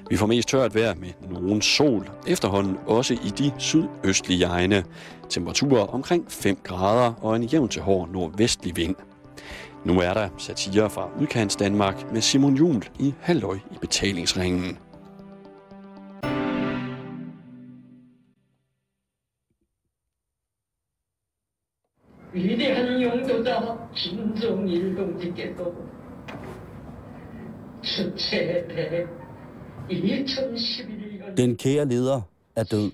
Vi får mest tørt vejr med nogen sol, efterhånden også i de sydøstlige egne. Temperaturer omkring 5 grader og en jævn til hård nordvestlig vind. Nu er der satire fra Udkants Danmark med Simon Juhl i Halløj i betalingsringen. 위대한 용도자 김정일동지께서 주체대 2011년 Den kære leder er død.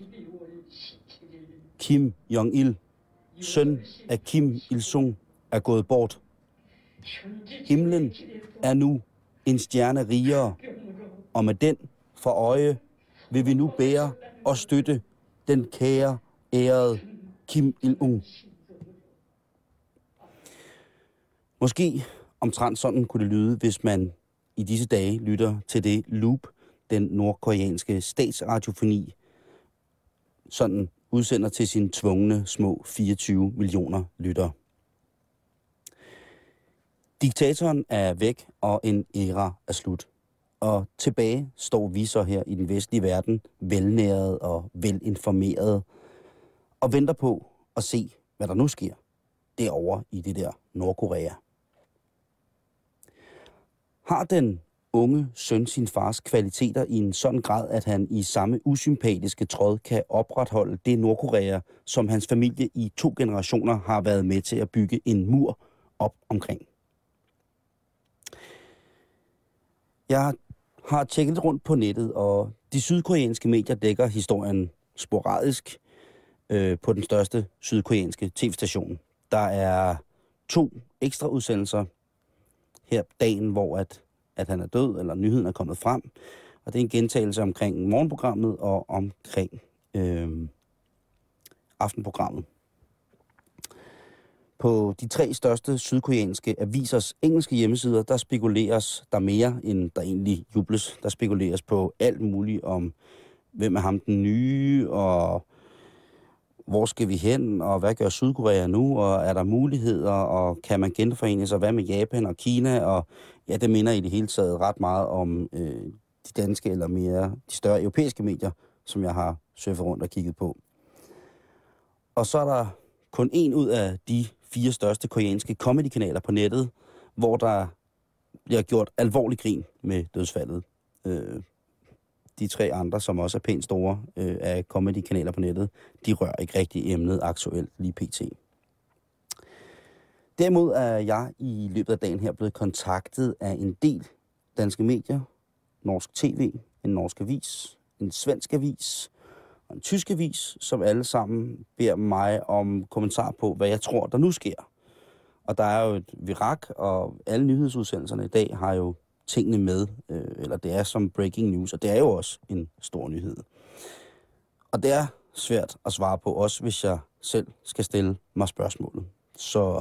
Kim Jong-il, søn af Kim Il-sung, er gået bort. Himlen er nu en stjerne rigere, og med den for øje vil vi nu bære og støtte den kære, ærede Kim Il-sung. Måske omtrent sådan kunne det lyde, hvis man i disse dage lytter til det loop, den nordkoreanske statsradiofoni sådan udsender til sine tvungne små 24 millioner lyttere. Diktatoren er væk, og en æra er slut. Og tilbage står vi så her i den vestlige verden, velnærede og velinformerede, og venter på at se, hvad der nu sker derovre i det der Nordkorea. Har den unge søn sin fars kvaliteter i en sådan grad, at han i samme usympatiske tråd kan opretholde det Nordkorea, som hans familie i 2 generationer har været med til at bygge en mur op omkring? Jeg har tjekket lidt rundt på nettet, og de sydkoreanske medier dækker historien sporadisk på den største sydkoreanske tv-station. Der er 2 ekstra udsendelser her dagen, hvor at han er død, eller nyheden er kommet frem. Og det er en gentagelse omkring morgenprogrammet og omkring aftenprogrammet. På de 3 største sydkoreanske avisers engelske hjemmesider, der spekuleres der mere, end der egentlig jubles. Der spekuleres på alt muligt om, hvem er ham den nye, og hvor skal vi hen, og hvad gør Sydkorea nu, og er der muligheder, og kan man genforene sig, hvad med Japan og Kina, og ja, det minder i det hele taget ret meget om de danske eller mere de større europæiske medier, som jeg har surfet rundt og kigget på. Og så er der kun en ud af de 4 største koreanske comedy-kanaler på nettet, hvor der bliver gjort alvorlig grin med dødsfaldet. De 3 andre, som også er pænt store af comedy-kanaler på nettet, de rører ikke rigtig emnet aktuelt lige pt. Derimod er jeg i løbet af dagen her blevet kontaktet af en del danske medier, norsk tv, en norsk avis, en svensk avis og en tysk avis, som alle sammen beder mig om kommentar på, hvad jeg tror, der nu sker. Og der er jo et virak, og alle nyhedsudsendelserne i dag har jo tingene med, eller det er som breaking news, og det er jo også en stor nyhed. Og det er svært at svare på, også hvis jeg selv skal stille mig spørgsmålet. Så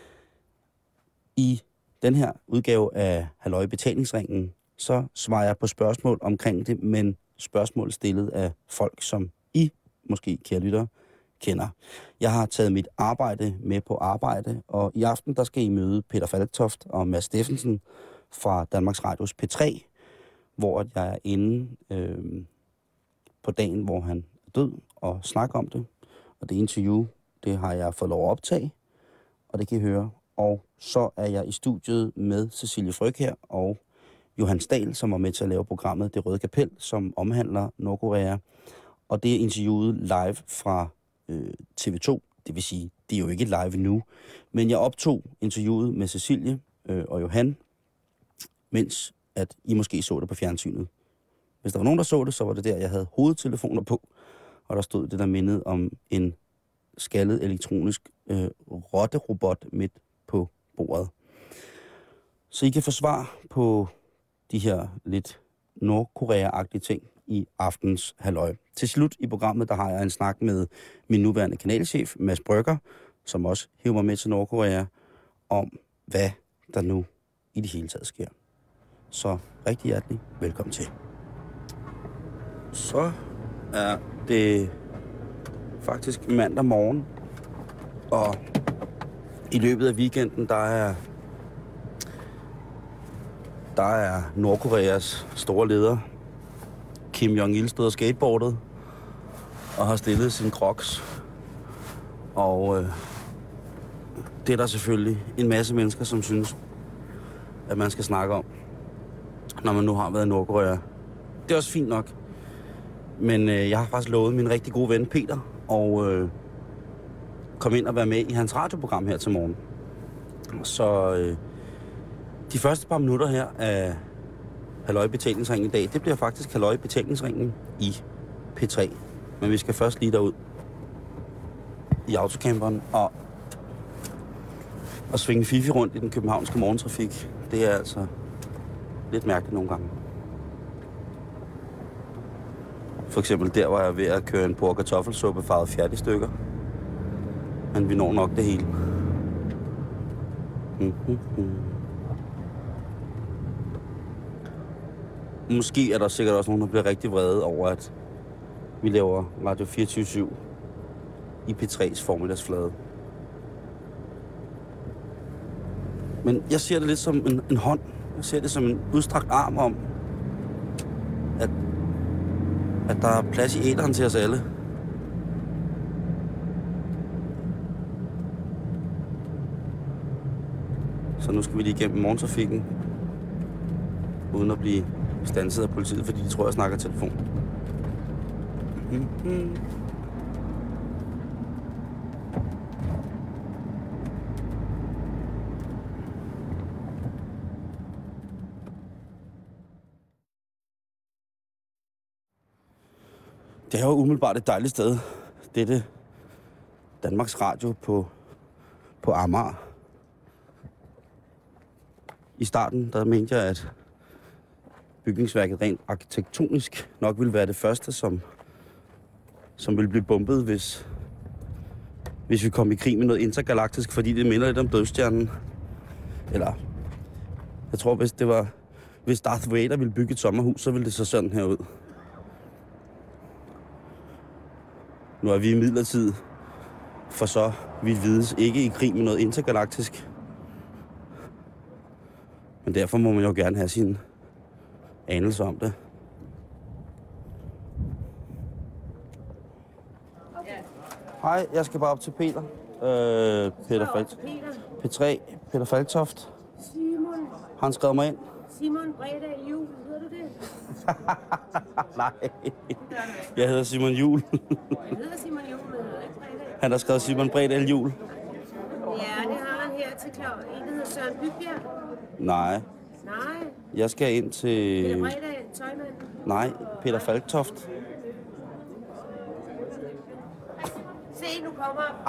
i den her udgave af Halløj betalingsringen, så svarer jeg på spørgsmål omkring det, men spørgsmål stillet af folk, som I, måske kære lyttere, kender. Jeg har taget mit arbejde med på arbejde, og i aften der skal I møde Peter Falktoft og Mads Steffensen fra Danmarks Radios P3, hvor jeg er inde på dagen, hvor han er død, og snakker om det. Og det interview, det har jeg fået lov at optage, og det kan I høre. Og så er jeg i studiet med Cecilie Fryg her, og Johan Stahl, som var med til at lave programmet Det Røde Kapel, som omhandler Nordkorea. Og det er interviewet live fra TV2. Det vil sige, det er jo ikke live nu. Men jeg optog interviewet med Cecilie og Johan, mens at I måske så det på fjernsynet. Hvis der var nogen, der så det, så var det der, jeg havde hovedtelefoner på, og der stod det, der mindede om en skaldet elektronisk rotterobot midt på bordet. Så I kan få svar på de her lidt Nordkorea-agtige ting i aftens halløj. Til slut i programmet, der har jeg en snak med min nuværende kanalchef, Mads Brygger, som også hiver mig med til Nordkorea, om hvad der nu i det hele taget sker. Så rigtig hjertelig velkommen til. Så er det faktisk mandag morgen, og i løbet af weekenden, der er Nordkoreas store leder, Kim Jong-il stod og skateboardede og har stillet sin Crocs. Og det er der selvfølgelig en masse mennesker, som synes, at man skal snakke om, når man nu har været i Nordkorea. Det er også fint nok. Men jeg har faktisk lovet min rigtig gode ven Peter at komme ind og være med i hans radioprogram her til morgen. Så de første par minutter her af Halløj Betalingsringen i dag, det bliver faktisk Halløj Betalingsringen i P3. Men vi skal først lige derud i autocamperen og svinge fifi rundt i den københavnske morgentrafik. Det er altså lidt mærkeligt nogle gange. For eksempel der, hvor jeg er ved at køre en pork- og kartoffelsuppe farvet fjert i stykker. Men vi når nok det hele. Måske er der sikkert også nogen, der bliver rigtig vrede over, at vi laver Radio 24/7 i P3's formiddagsflade. Men jeg ser det lidt som en hånd. Jeg ser det som en udstrakt arm om, at der er plads i æteren til os alle. Så nu skal vi lige igennem morgentrafikken, uden at blive standset af politiet, fordi de tror, jeg snakker telefon. Det er jo umiddelbart et dejligt sted. Dette Danmarks Radio på Amager. I starten, der mente jeg, at bygningsværket rent arkitektonisk nok ville være det første, som ville blive bombet, hvis vi kom i krig med noget intergalaktisk, fordi det minder lidt om dødstjernen. Eller, jeg tror, hvis Darth Vader ville bygge et sommerhus, så ville det så sådan her ud. Nu er vi i midlertid, for så vi vides ikke i krig med noget intergalaktisk. Men derfor må man jo gerne have sin anelse om det. Hej, jeg skal bare op til Peter. Peter P3, Peter Falktoft. Simon. Har han skrevet mig ind? Simon Bredal Juhl, hedder du det? Nej, jeg hedder Simon Juhl. Jeg hedder Simon Juhl, men jeg hedder ikke Bredal. Han har skrevet Simon Bredal Juhl. Ja, det har han her til klar. En, der hedder Søren Bybjerg. Nej, Nej, jeg skal ind til... Peter Bredal, tøjmanden. Nej, Peter Falktoft. Se, nu kommer han.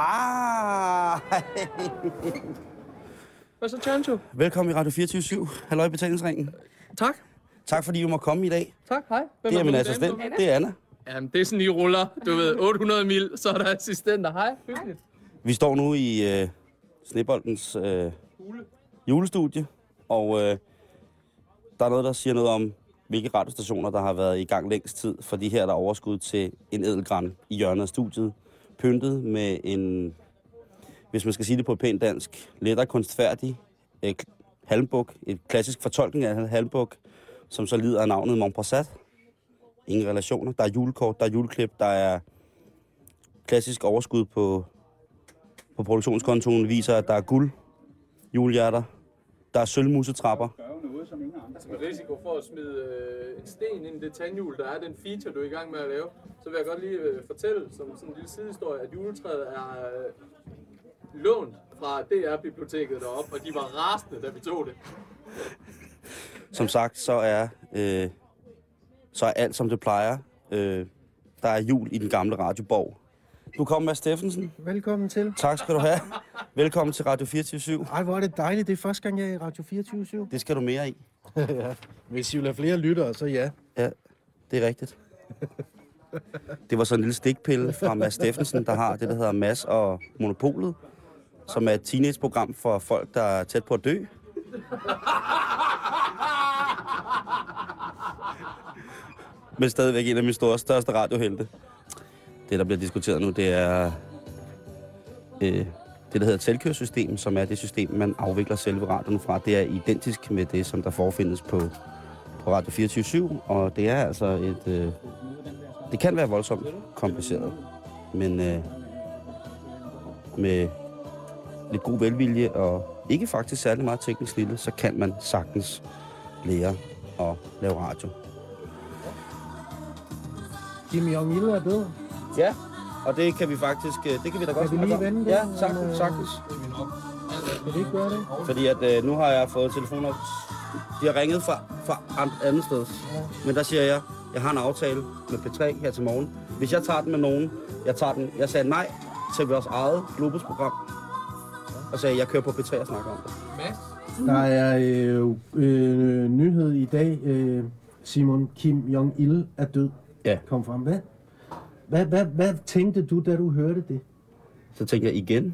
Hvad så, Chancho? Velkommen i Radio 24/7. Halløj Betalingsringen. Tak. Tak fordi du må komme i dag. Tak, hej. Hvem Det er min du assistent. dame, Det er Anna. Jamen, det er sådan, I ruller. Du ved, 800 mil, så er der assistenter. Hej, hyggeligt. Vi står nu i Sneboldens julestudie, og der er noget, der siger noget om, hvilke radiostationer, der har været i gang længst tid, fordi her er der overskud til en ædelgran i hjørnet af studiet, pyntet med en, hvis man skal sige det på et pænt dansk, lettere kunstfærdig halmbuk, et klassisk fortolkning af en halmbuk, som så lider af navnet Montpassat. Ingen relationer. Der er julekort, der er juleklip, der er klassisk overskud på produktionskontoen, viser, at der er guld, julehjerter, der er sølvmusetrapper. Altså med risiko for at smide en sten ind i det tandhjul, der er den feature, du er i gang med at lave, så vil jeg godt lige fortælle som sådan en lille sidehistorie, at juletræet er lånt fra DR-biblioteket deroppe, og de var rasende, da vi tog det. Som sagt, så er alt, som det plejer. Der er jul i den gamle radioborg. Du kommer, Mads Steffensen. Velkommen til. Tak skal du have. Velkommen til Radio 24/7. Ej, hvor er det dejligt. Det er første gang, jeg er i Radio 24/7. Det skal du mere i. Ja. Hvis I vil have flere lyttere, så ja. Ja, det er rigtigt. Det var sådan en lille stikpille fra Mads Steffensen, der har det, der hedder Mads og Monopolet, som er et teenageprogram for folk, der er tæt på at dø. Men stadigvæk en af mine største radiohelte. Det, der bliver diskuteret nu, det er det, der hedder et selvkørssystem, som er det system, man afvikler selve radioen fra. Det er identisk med det, som der forefindes på på Radio 24/7, og det er altså et... det kan være voldsomt kompliceret, men med lidt god velvilje og ikke faktisk særlig meget teknisk lille, så kan man sagtens lære at lave radio. Kim Jong-il er død. Ja, og det kan vi faktisk... Det kan vi da godt Kan vi lige vende det? Ja, sagtens. Kan vi ikke gøre det? Fordi at nu har jeg fået telefoner. De har ringet fra andet sted. Ja. Men der siger jeg har en aftale med P3 her til morgen. Hvis jeg tager den med nogen, jeg tager den. Jeg sagde nej til vores eget Globus-program. Og sagde, jeg kører på P3 og snakker om det. Der er nyhed i dag. Simon, Kim Jong-il er død. Ja. Kom frem. Hvad tænkte du, da du hørte det? Så tænkte jeg igen.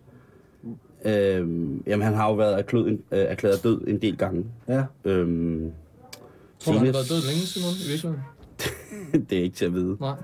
Jamen, han har jo været erklæret død en del gange. Ja. Tror du, han har været død længe, Simon, i virkeligheden? Det er ikke til at vide. Nej.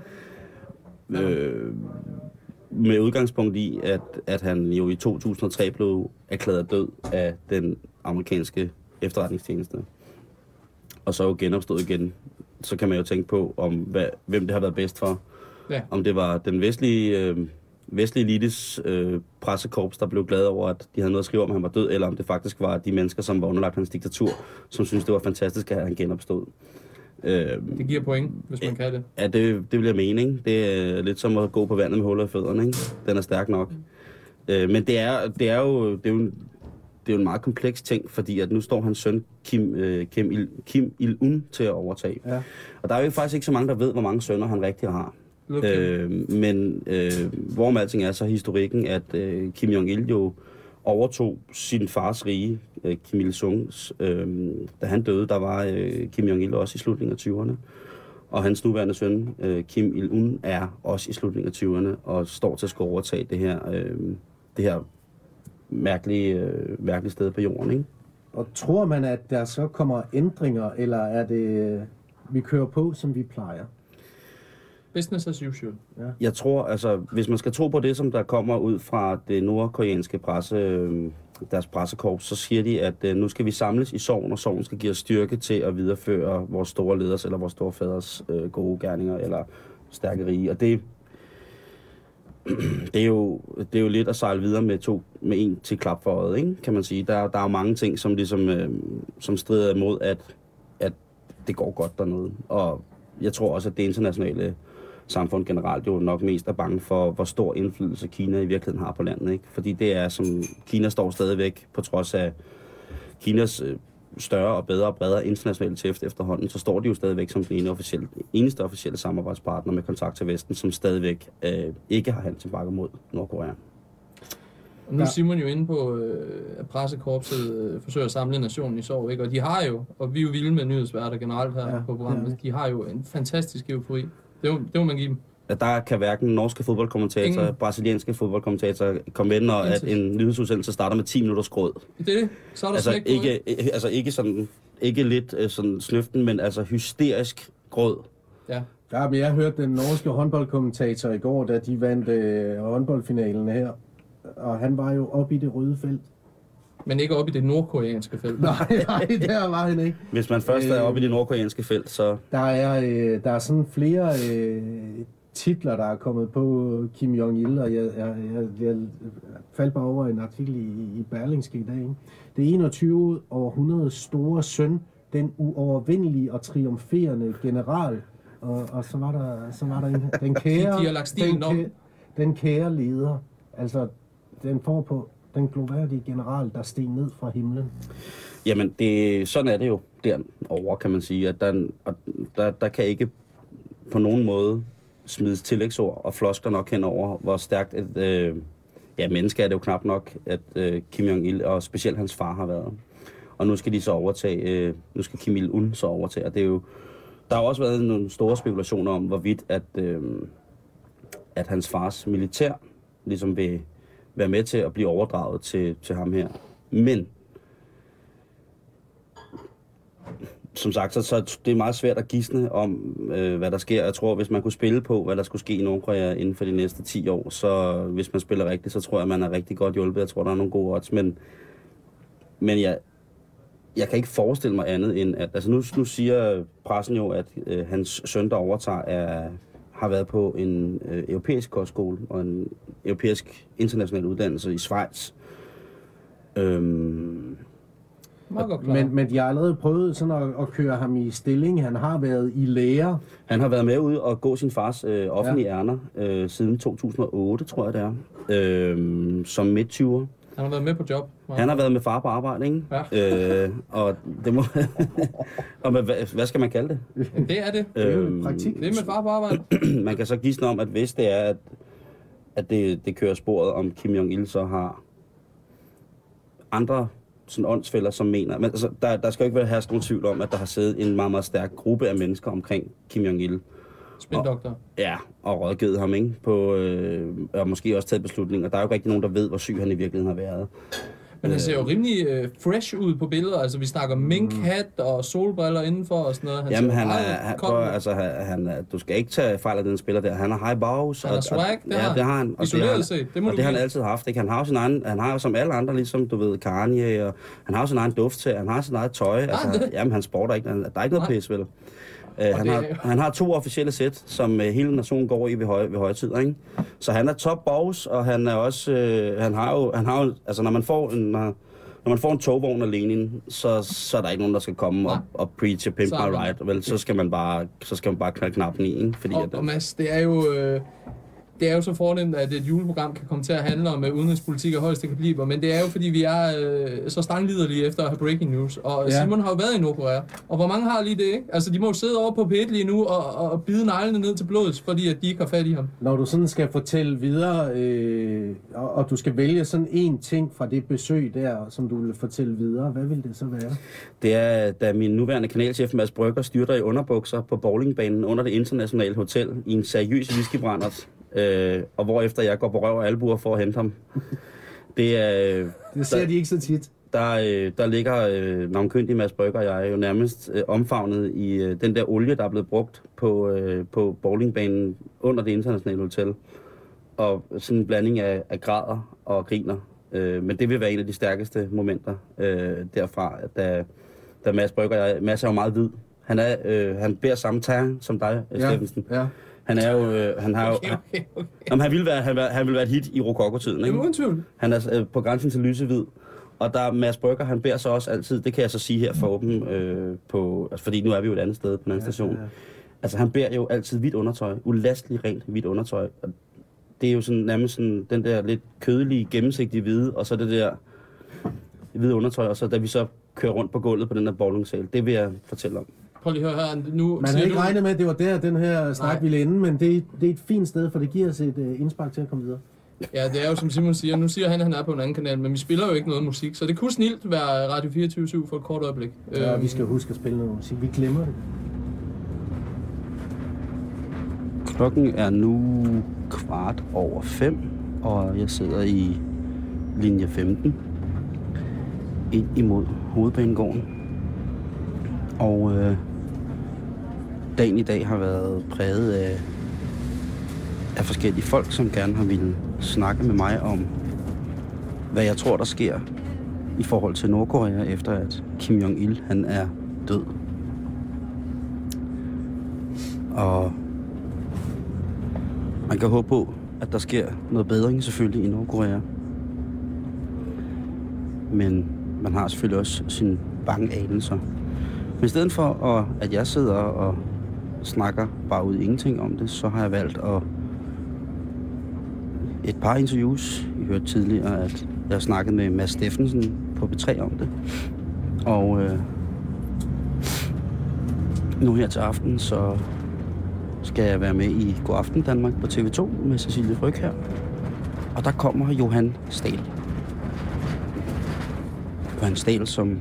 Med udgangspunkt i, at han jo i 2003 blev erklæret død af den amerikanske efterretningstjeneste. Og så jo genopstået igen. Så kan man jo tænke på, hvem det har været bedst for. Ja. Om det var den vestlige elites pressekorps, der blev glade over, at de havde noget at skrive om, at han var død, eller om det faktisk var de mennesker, som var underlagt hans diktatur, som synes det var fantastisk, at han genopstod. Det giver point, hvis man kan det. Ja, det vil jeg mene, ikke? Det er lidt som at gå på vandet med huller i fødderne, ikke? Den er stærk nok. Men det er jo en meget kompleks ting, fordi at nu står hans søn Kim Il-un til at overtage. Ja. Og der er jo faktisk ikke så mange, der ved, hvor mange sønner han rigtig har. Men hvorom alting er så historikken, at Kim Jong-il jo overtog sin fars rige, Kim Il-sungs. Da han døde, der var Kim Jong-il også i slutningen af 20'erne. Og hans nuværende søn, Kim Il-un, er også i slutningen af 20'erne og står til at skulle overtage det her mærkelige sted på jorden, ikke? Og tror man, at der så kommer ændringer, eller er det, vi kører på, som vi plejer? Business as usual. Ja. Jeg tror, altså, hvis man skal tro på det, som der kommer ud fra det nordkoreanske deres pressekorps, så siger de, at nu skal vi samles i sorgen, og sorgen skal give os styrke til at videreføre vores store leders eller vores store faders gode gerninger eller stærke rige. Og det er jo lidt at sejle videre med en til klap for øjet, ikke? Kan man sige. Der er jo mange ting, som ligesom som strider imod, at det går godt dernede. Og jeg tror også, at det internationale samfund generelt jo nok mest er bange for, hvor stor indflydelse Kina i virkeligheden har på landet, ikke? Fordi det er, som Kina står stadigvæk, på trods af Kinas større og bedre og bredere internationale tæft efterhånden, så står de jo stadigvæk som den eneste officielle samarbejdspartner med kontakt til Vesten, som stadigvæk ikke har handelsembargo mod Nordkorea. Og nu er Simon jo inde på, at pressekorpset forsøger at samle nationen i sorg, ikke? Og de har jo, og vi er jo vilde med nyhedsværter generelt her på programmet, de har jo en fantastisk eufori. Det må man give dem. At der kan hverken norske fodboldkommentatorer, brasilianske kommentatorer komme ind, og at en nyhedsudsendelse starter med 10 minutters gråd. Det. Så er der slet ikke ikke lidt sådan snøften, men altså hysterisk gråd. Ja, men jeg hørte den norske håndboldkommentator i går, da de vandt håndboldfinalen her. Og han var jo oppe i det røde felt. Men ikke oppe i det nordkoreanske felt. Nej, der var han ikke. Hvis man først er oppe i det nordkoreanske felt, så... Der er sådan flere titler, der er kommet på Kim Jong-il, og jeg faldt bare over en artikel i Berlingske i dag. Ikke? Det 21. århundredes store søn, den uovervindelige og triumferende general, og så var der den kære leder, altså den får på den glorværdige general, der steg ned fra himlen. Jamen, sådan er det jo derovre, kan man sige, at der kan ikke på nogen måde smides tillægsord og floskler nok henover, hvor stærkt et menneske er det jo knap nok, at Kim Jong-il og specielt hans far har været. Og nu skal de så overtage, nu skal Kim Il-un så overtage, og det er jo, der har også været nogle store spekulationer om, hvorvidt at hans fars militær ligesom vil være med til at blive overdraget til ham her. Men som sagt, så det er meget svært at gisne om, hvad der sker. Jeg tror, hvis man kunne spille på, hvad der skulle ske i Nordkorea inden for de næste 10 år, så hvis man spiller rigtigt, så tror jeg, man er rigtig godt hjulpet. Jeg tror, der er nogle gode odds. Men jeg kan ikke forestille mig andet end, at altså nu siger pressen jo, at hans søn, der overtager, har været på en europæisk kostskole og en europæisk international uddannelse i Schweiz. Men de har allerede prøvet sådan at køre ham i stilling. Han har været i lære. Han har været med ud og gå sin fars offentlige ærner siden 2008, tror jeg det er, som midt-20'er. Han har været med på job. Han har været med far på arbejde, ikke? Ja. Og det må... og hvad skal man kalde det? Jamen, det er det. Det er jo praktik. Det er med far på arbejde. Man kan så gisne om, at hvis det er, at det kører sporet om Kim Jong-il, så har andre sådan åndsfælder, som mener... Men altså, der skal jo ikke være herske nogen tvivl om, at der har siddet en meget, meget stærk gruppe af mennesker omkring Kim Jong-il. Spindoktor. Ja, og rådgivet ham, ikke? Og måske også taget beslutninger. Der er jo ikke rigtig nogen, der ved, hvor syg han i virkeligheden har været. Men han ser jo rimelig fresh ud på billeder. Altså, vi snakker minkhat og solbriller indenfor og sådan noget. Du skal ikke tage fejl af den spiller der. Han har high bows. Han har swag, det har han. Isoleret set, det må og det har han altid haft, ikke? Han har jo sin egen, han har jo som alle andre, ligesom du ved, Kanye, og han har jo sin egen duft til, han har sin eget tøj. Jamen, han sporter ikke. Der er ikke noget pis, vel? Han har 2 officielle sæt, som hele nationen går i ved højtider, ikke? Så han er top boss, og han er også han har jo altså når man får en togvogn af Lenin, så er der ikke nogen, der skal komme og preach pimp my ride, vel? Så skal man bare knalde knappen i, ikke? Fordi og Mads, det er jo så fornemt, at et juleprogram kan komme til at handle om udenrigspolitik og højeste kaliber, men det er jo fordi, vi er så stangliderlige efter at have breaking news. Og Simon har jo været i Nordkorea, og hvor mange har lige det, ikke? Altså, de må jo sidde over på P1 lige nu og bide neglene ned til blodet, fordi at de ikke har fat i ham. Når du sådan skal fortælle videre, og du skal vælge sådan en ting fra det besøg der, som du vil fortælle videre, hvad vil det så være? Det er, da min nuværende kanalchef Mads Brygger styrter i underbukser på bowlingbanen under det internationale hotel i en seriøs whiskybrændert. Og hvorefter jeg går på røv og albuer for at hente ham. Det ser de ikke så tit. Der ligger navnkyndig Mads Brygger og jeg jo nærmest omfavnet i den der olie, der er blevet brugt på bowlingbanen under det internationale hotel. Og sådan en blanding af græder og griner. Men det vil være en af de stærkeste momenter derfra, da Mads Brygger og jeg... Mads er jo meget hvid. Han bærer samme tag som dig, Steffensen. Ja. Han er jo, han har okay. Jamen, han vil være et hit i rokoko-tiden, ikke? Han er på grænsen til lysehvid. Og der Mads Brygger, han bærer så også altid, det kan jeg så sige her for åben fordi nu er vi jo et andet sted på den anden station. Ja. Altså, han bærer jo altid hvidt undertøj, ulasteligt rent hvidt undertøj. Og det er jo sådan nærmest sådan den der lidt kødelige, gennemsigtige hvide, og så det der hvide undertøj, og så da vi så kører rundt på gulvet på den der bowlingsal, det vil jeg fortælle om. Prøv lige at høre her. Nu man havde ikke regnet med, at det var der, den her snak ville ende, men det er et fint sted, for det giver os et indspark til at komme videre. Ja, det er jo som Simon siger. Nu siger han, at han er på en anden kanal, men vi spiller jo ikke noget musik, så det kunne snilt være Radio 24/7 for et kort øjeblik. Ja, vi skal huske at spille noget musik. Vi glemmer det. Klokken er nu 5:15, og jeg sidder i linje 15 ind imod Hovedbanegården. Og dagen i dag har været præget af forskellige folk, som gerne har ville snakke med mig om, hvad jeg tror, der sker i forhold til Nordkorea, efter at Kim Jong-il, han er død. Og man kan håbe på, at der sker noget bedring selvfølgelig i Nordkorea. Men man har selvfølgelig også sine bange anelser. Men i stedet for, at jeg sidder og snakker bare ud ingenting om det, så har jeg valgt et par interviews. I hørte tidligere, at jeg snakkede med Mads Steffensen på B3 om det. Og nu her til aften, så skal jeg være med i God Aften Danmark på TV2 med Cecilie Fryg her. Og der kommer Johan Stahl. Johan Stahl, som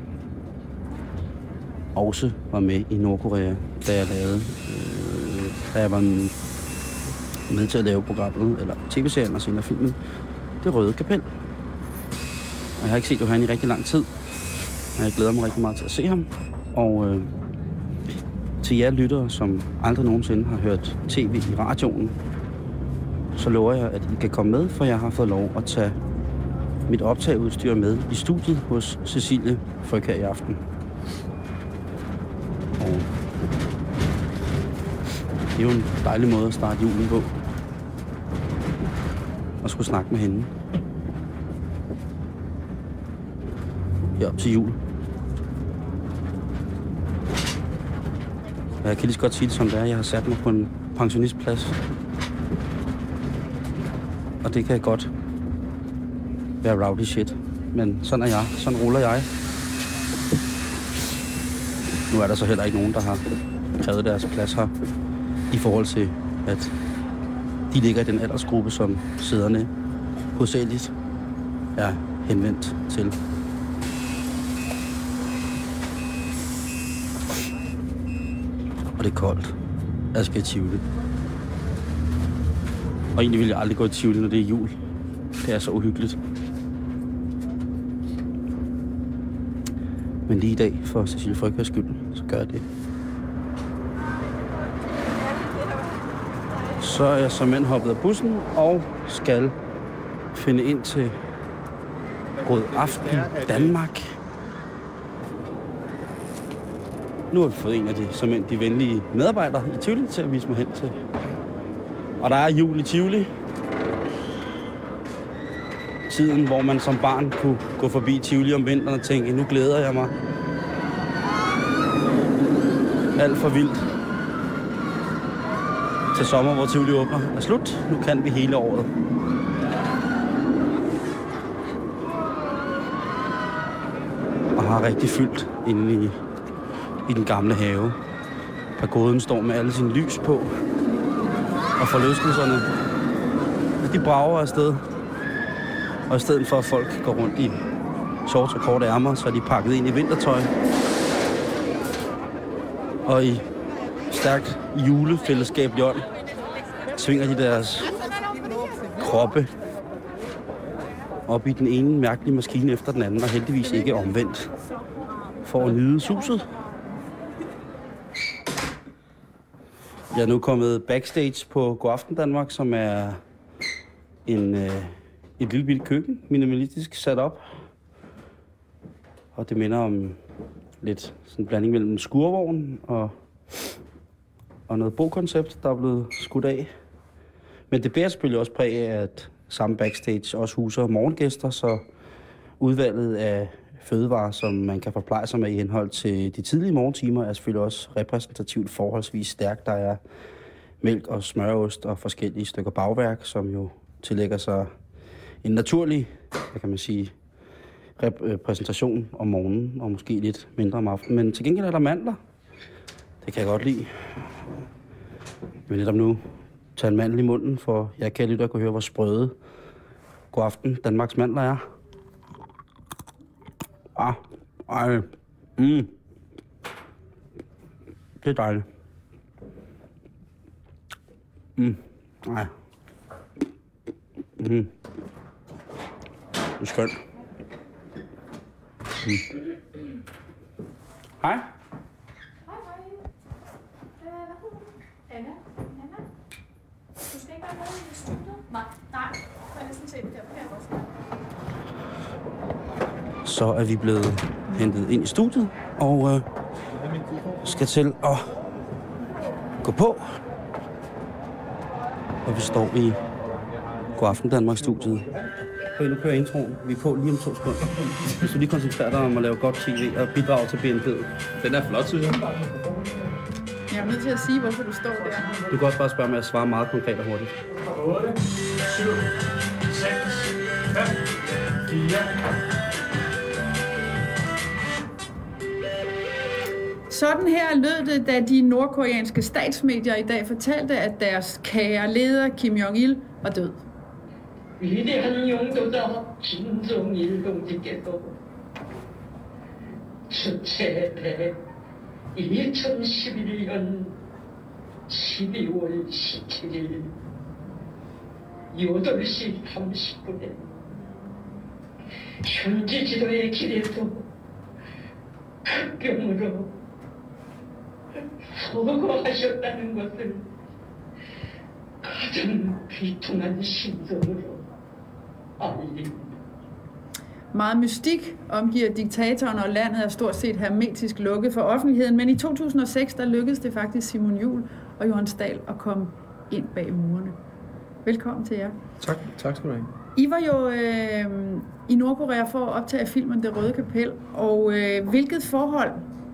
også var med i Nordkorea, da jeg var med til at lave programmet, eller tv-serien og senere filmen, Det Røde Kapel. Og jeg har ikke set Johan i rigtig lang tid, og jeg glæder mig rigtig meget til at se ham. Og til jer lyttere, som aldrig nogensinde har hørt tv i radioen, så lover jeg, at I kan komme med, for jeg har fået lov at tage mit optageudstyr med i studiet hos Cecilie Fryg her i aften. det er jo en dejlig måde at starte julen på. Og skulle snakke med hende. Herop til jul. Jeg kan lige så godt sige det som det er. Jeg har sat mig på en pensionistplads. Og det kan godt være rowdy shit. Men sådan er jeg. Sådan ruller jeg. Nu er der så heller ikke nogen, der har krævet deres plads her. I forhold til, at de ligger i den aldersgruppe, som sæderne hovedsageligt er henvendt til. Og det er koldt. Jeg skal i Tivoli. Og egentlig vil jeg aldrig gå i Tivoli, når det er jul. Det er så uhyggeligt. Men lige i dag, for Cecilie Frøkværs skyld, så gør jeg det. Så er jeg som mænd hoppet af bussen og skal finde ind til God Aften Danmark. Nu har vi fået en af de venlige medarbejdere i Tivoli til at vise mig hen til. Og der er jul i Tivoli. Tiden, hvor man som barn kunne gå forbi Tivoli om vinteren og tænke, nu glæder jeg mig. Alt for vildt. Til sommer, hvor Tivoli åbner, er slut. Nu kan vi hele året. Og har rigtig fyldt inde i den gamle have. Pagoden står med alle sine lys på. Og forlystelserne, de brager afsted. Og i stedet for, at folk går rundt i shorts og korte ærmer, så er de pakket ind i vintertøj. Og i stærkt julefællesskab i ånd svinger de deres kroppe op i den ene mærkelige maskine efter den anden, og heldigvis ikke omvendt, for at nyde suset. Jeg er nu kommet backstage på God Aften Danmark, som er et lille bitte køkken, minimalistisk sat op. Og det minder om lidt sådan en blanding mellem en skurvogn og noget bokoncept, der er blevet skudt af. Men det bærer selvfølgelig også præg af, at samme backstage også huser morgengæster, så udvalget af fødevarer, som man kan forpleje sig med i henhold til de tidlige morgentimer, er selvfølgelig også repræsentativt forholdsvis stærkt. Der er mælk og smørost og forskellige stykker bagværk, som jo tillægger sig en naturlig, hvad kan man sige, repræsentation om morgenen, og måske lidt mindre om aftenen. Men til gengæld er der mandler. Det kan jeg godt lide. Jeg vil netop nu tage en mandel i munden, for jeg kan lytte og kunne høre, hvor sprøde God Aften Danmarks mandler er. Det er dejligt. Det er skønt. Hej. Anna? Du skal ikke være med i studiet? Nej. Jeg har næsten set det der. Så er vi blevet hentet ind i studiet, og skal til at gå på. Og vi står i God Aften Danmark studiet. Nu kører introen. Vi er på lige om 2 sekunder. Hvis du lige koncentrerer dig om at lave godt tv og bidrage til BNP'et. Den er flot, synes jeg. Jeg er nødt til at sige, hvorfor du står der. Du kan også bare spørge mig at svare meget konkret og hurtigt. 8, 7, 6, 5, 4... Sådan her lød det, da de nordkoreanske statsmedier i dag fortalte, at deres kære leder Kim Jong-il var død. 위대한 용도자 김정일 동지께서 주체 2011년 12월 17일 8시 30분에 현지 지도의 길에서 급경으로 서거하셨다는 것을 가장 비통한 심정으로 알립니다. Meget mystik omgiver diktatoren, og landet er stort set hermetisk lukket for offentligheden, men i 2006 der lykkedes det faktisk Simon Juhl og Johan Stahl at komme ind bag murene. Velkommen til jer. Tak skal du have. I var jo i Nordkorea for at optage filmen Det Røde Kapel, og hvilket forhold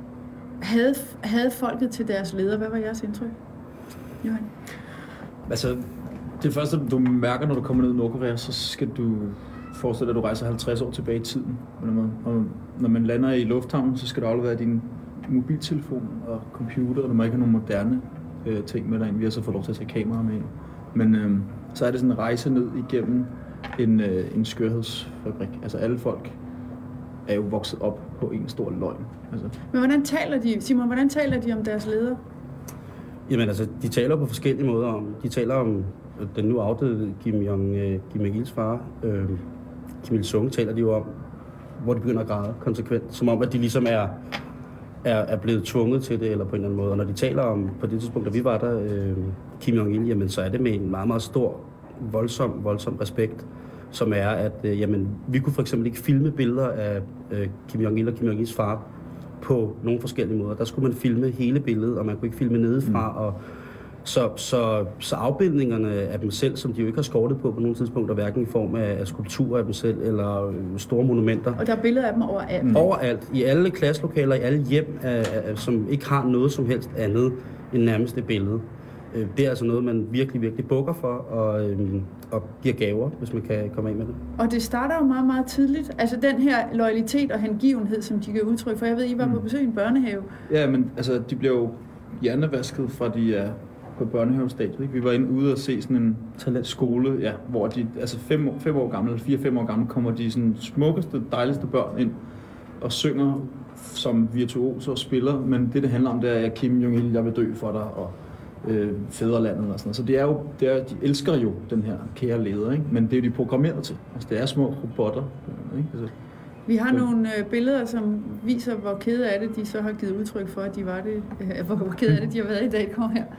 havde folket til deres leder? Hvad var jeres indtryk, Johan? Altså, det første, du mærker, når du kommer ned i Nordkorea, så skal du forestille dig, at du rejser 50 år tilbage i tiden. Og når man lander i lufthavnen, så skal du aflevere din mobiltelefon og computer, og du må ikke have nogle moderne ting med dig ind. Vi har så fået lov til at tage kameraer med ind. Men så er det sådan en rejse ned igennem en skørhedsfabrik. Altså alle folk er jo vokset op på en stor løgn. Altså. Men hvordan taler de, Simon, hvordan taler de om deres leder? Jamen altså, de taler på forskellige måder. De taler om den nu afdøde Kim Il-sungs far, Kim Il-sung, taler de jo om, hvor de begynder at græde konsekvent. Som om, at de ligesom er blevet tvunget til det, eller på en eller anden måde. Og når de taler om, på det tidspunkt, da vi var der, Kim Jong-il, jamen så er det med en meget, meget stor, voldsom respekt, som er, at jamen, vi kunne for eksempel ikke filme billeder af Kim Jong-il og Kim Jong-ils far på nogle forskellige måder. Der skulle man filme hele billedet, og man kunne ikke filme nedefra. Og så afbildningerne af dem selv, som de jo ikke har skortet på nogle tidspunkter, hverken i form af skulpturer af dem selv, eller store monumenter. Og der er billeder af dem overalt? Overalt. I alle klasselokaler, i alle hjem, som ikke har noget som helst andet end nærmest det billede. Det er altså noget, man virkelig, virkelig bukker for, og giver gaver, hvis man kan komme af med det. Og det starter jo meget, meget tidligt. Altså den her loyalitet og hengivenhed, som de giver udtryk for. Jeg ved, I var på besøg i en børnehave. Ja, men altså, de bliver jo hjernevasket fra de er på børnehavestadiet. Ikke? Vi var ude og se sådan en talentskole, ja, hvor de, altså 5 år gamle, eller 4-5 år gamle, kommer de sådan smukkeste, dejligste børn ind og synger som virtuoser og spiller, men det handler om, det er, at Kim Jong-il, jeg vil dø for dig, og fædrelandet og sådan noget. Så de elsker jo den her kære leder, ikke? Men det er jo de programmeret til. Altså det er små robotter. Ikke? Altså, vi har nogle billeder, som viser, hvor kede af det, de så har givet udtryk for, at de var det. Hvor kede af det, de har været i dag. Kom her.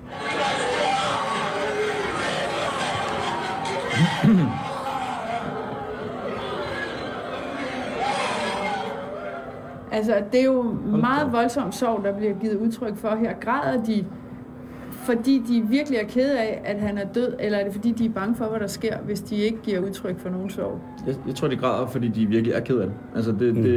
Altså, det er jo meget voldsom sorg, der bliver givet udtryk for her. Græder de, fordi de virkelig er kede af, at han er død, eller er det fordi, de er bange for, hvad der sker, hvis de ikke giver udtryk for nogen sorg? Jeg tror, de græder, fordi de virkelig er kede af det. Altså,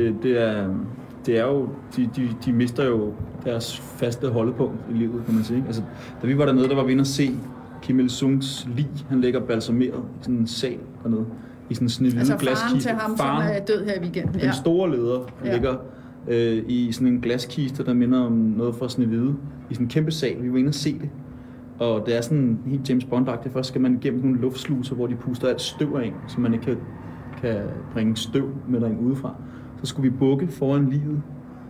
det er jo, de mister jo deres faste holdepunkt i livet, kan man sige. Altså, da vi var dernede, der var vi inde at se Kim Il-sungs lig. Han ligger balsameret i sådan en sal dernede, i sådan en snehvide glaskiste. Altså faren til ham, som er død her i weekenden. Den store leder ligger i sådan en glaskiste, der minder om noget fra Snehvide, i sådan en kæmpe sal. Vi var inde og se det. Og det er sådan helt James Bond-agtigt. Først skal man igennem nogle luftsluser, hvor de puster alt støv af, så man ikke kan bringe støv med derind udefra. Så skulle vi bukke foran livet.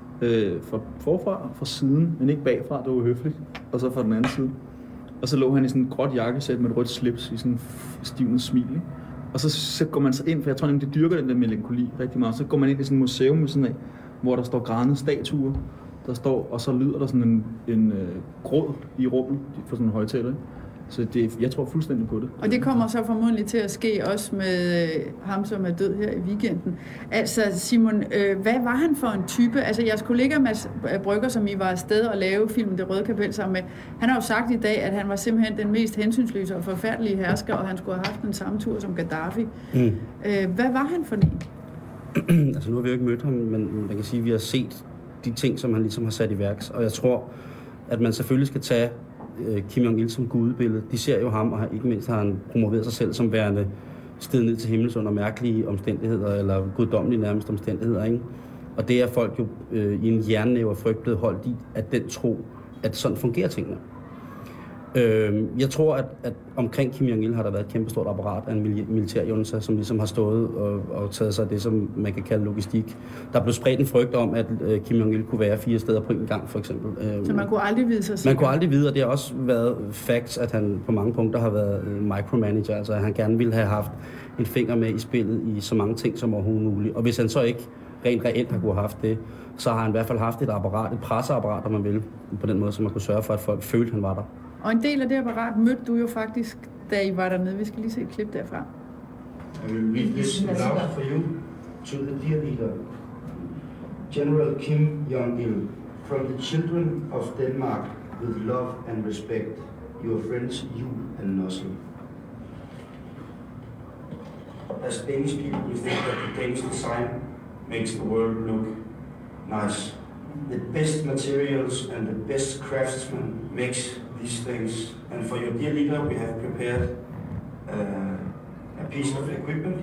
Forfra og fra siden, men ikke bagfra, det var høfligt. Og så fra den anden side. Og så lå han i sådan en gråt jakkesæt med et rødt slips i sådan en stivnet smil. Ikke? Og så går man så ind, for jeg tror nemlig, det dyrker den der melankoli rigtig meget. Så går man ind i sådan et museum med sådan af, hvor der står grædende statuer, der står, og så lyder der sådan en gråd i rummet for sådan en højtaler. Så jeg tror fuldstændig på det. Og det kommer så formodentlig til at ske også med ham, som er død her i weekenden. Altså Simon, hvad var han for en type? Altså jeres kollega Mads Brygger, som I var afsted og lave filmen Det Røde Kapel sammen med, han har jo sagt i dag, at han var simpelthen den mest hensynsløse og forfærdelige hersker, og han skulle have haft den samme tur som Gaddafi. Hvad var han for en? Altså nu har vi jo ikke mødt ham, men man kan sige, at vi har set de ting, som han ligesom har sat i værks. Og jeg tror, at man selvfølgelig skal tage Kim Jong-il som gudebillede. De ser jo ham, og ikke mindst har han promoveret sig selv som værende sted ned til himmels under mærkelige omstændigheder, eller guddommelige nærmest omstændigheder, ikke? Og det er folk jo i en jernnæve og frygt blevet holdt i, at den tro, at sådan fungerer tingene. Jeg tror, at omkring Kim Jong-il har der været et kæmpestort apparat af en militærjunta, som ligesom har stået og taget sig af det, som man kan kalde logistik. Der blev spredt en frygt om, at Kim Jong-il kunne være 4 steder på en gang, for eksempel. Så man kunne aldrig vide sig sikker? Man kunne aldrig vide, og det har også været facts, at han på mange punkter har været micromanager, altså at han gerne ville have haft en finger med i spillet i så mange ting som overhovedet muligt. Og hvis han så ikke rent reelt har kunne have haft det, så har han i hvert fald haft et apparat, et presseapparat, om man vil, på den måde, så man kunne sørge for, at folk følte, at han var der. Og en del af det apparat mødte du jo faktisk, da I var dernede. Vi skal lige se et klip derfra. I will read this aloud for you to the dear leader, General Kim Jong-il, from the children of Denmark with love and respect. Your friends, you and Nussel. As Danish people, we think that the Danish design makes the world look nice. The best materials and the best craftsmen makes these things. And for your dear leader, we have prepared a piece of equipment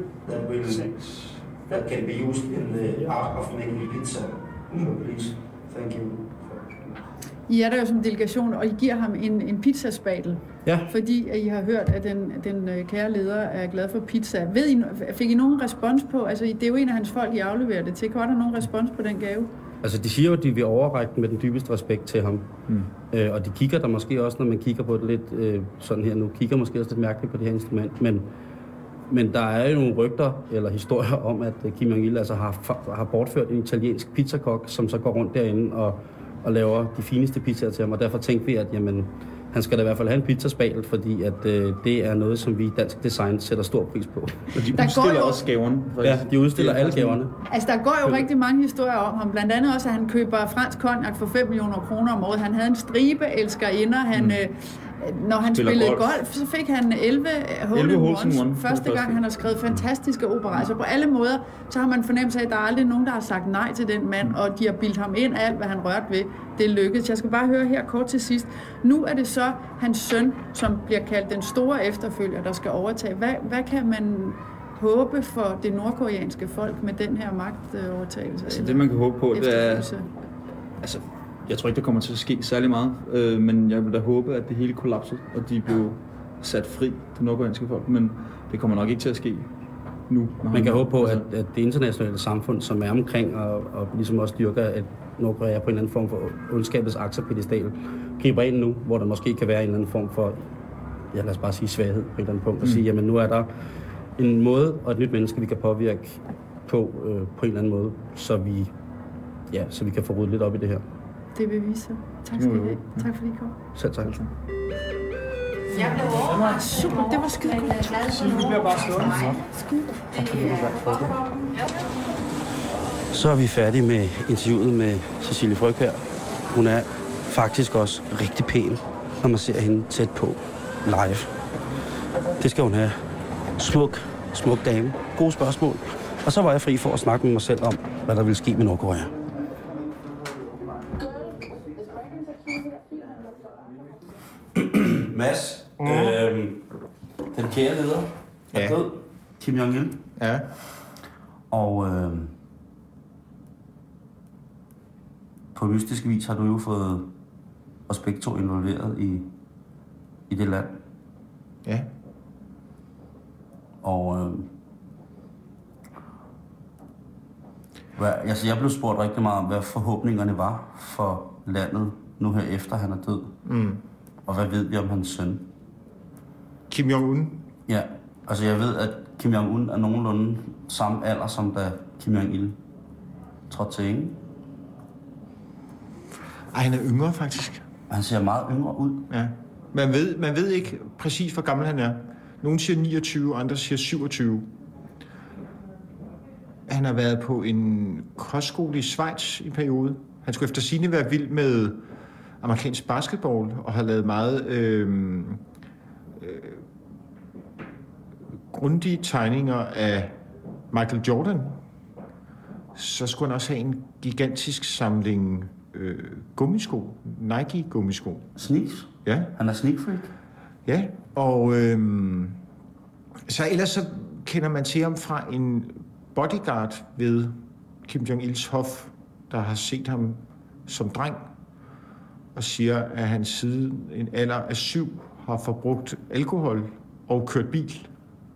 that can be used in the art of making pizza. So please, thank you. I er der jo som delegation, og I giver ham en pizzaspatel, Ja. fordi at I har hørt, at den kære leder er glad for pizza. Fik I nogen respons på, altså det er jo en af hans folk, I afleverer det til. Kan der nogen respons på den gave? Altså, de siger jo, at de vil overrække den med den dybeste respekt til ham. Og de kigger der måske også, når man kigger på det lidt sådan her nu, kigger måske også lidt mærkeligt på det her instrument, men der er jo nogle rygter eller historier om, at Kim Jong-il altså har bortført en italiensk pizzakok, som så går rundt derinde og laver de fineste pizzaer til ham, og derfor tænkte vi, at jamen, han skal da i hvert fald have en pizzaspatel, fordi at, det er noget, som vi i dansk design sætter stor pris på. Og de udstiller også gaverne. Ja, de udstiller alle gaverne. Altså, der går jo rigtig mange historier om ham. Blandt andet også, at han køber fransk cognac for 5 millioner kroner om året. Han havde en stribe elskerinder. Når han spillede golf, så fik han 11 hole-in-ones. Første gang, han har skrevet fantastiske operaer. Så på alle måder, så har man fornemmelse af, at der er aldrig nogen, der har sagt nej til den mand, og de har bildt ham ind alt, hvad han rørte ved. Det lykkedes. Jeg skal bare høre her kort til sidst. Nu er det så hans søn, som bliver kaldt den store efterfølger, der skal overtage. Hvad kan man håbe for det nordkoreanske folk med den her magtovertagelse? Altså det, man kan håbe på, det er... Altså, jeg tror ikke, der kommer til at ske særlig meget, men jeg vil da håbe, at det hele kollapsede, og de blev sat fri, det nordkoreanske folk, men det kommer nok ikke til at ske nu. Man kan håbe på, at det internationale samfund, som er omkring og ligesom også dyrker, at Nordkorea på en eller anden form for ondskabets akterpedestal, griber ind nu, hvor der måske kan være en eller anden form for, ja, lad os bare sige svaghed på et eller andet punkt, og sige, jamen nu er der en måde og et nyt menneske, vi kan påvirke på en eller anden måde, så vi kan få ryddet lidt op i det her. Det vil vise sig. Tak skal I have. Tak fordi I kom. Selv tak. Jeg blev overvejet. Super, det var skide godt. Vi bliver bare slået. Så er vi færdige med interviewet med Cecilie Frøkjær. Hun er faktisk også rigtig pæn, når man ser hende tæt på live. Det skal hun have. Smuk dame. Gode spørgsmål. Og så var jeg fri for at snakke med mig selv om, hvad der ville ske med Nordkorea. Mads, den kære leder er død, Kim Jong-il. Ja. Og på mystisk vis har du jo fået os begge to involveret i det land. Ja. Og jeg blev spurgt rigtig meget om, hvad forhåbningerne var for landet nu her efter han er død. Og hvad ved vi om hans søn? Kim Jong-un? Ja, altså jeg ved, at Kim Jong-un er nogenlunde samme alder, som da Kim Jong-il trådte til, ikke? Ej, han er yngre faktisk. Han ser meget yngre ud. Ja. Man ved ikke præcis, hvor gammel han er. Nogle siger 29, andre siger 27. Han har været på en kostskole i Schweiz i periode. Han skulle efter sigende være vild med amerikansk basketball og har lavet meget grundige tegninger af Michael Jordan. Så skulle han også have en gigantisk samling gummisko. Nike-gummisko. Sneaks? Ja. Han er sneakfreak? Ja, og så ellers så kender man til ham fra en bodyguard ved Kim Jong-ils hof, der har set ham som dreng, og siger, at han siden en alder af 7 har forbrugt alkohol og kørt bil.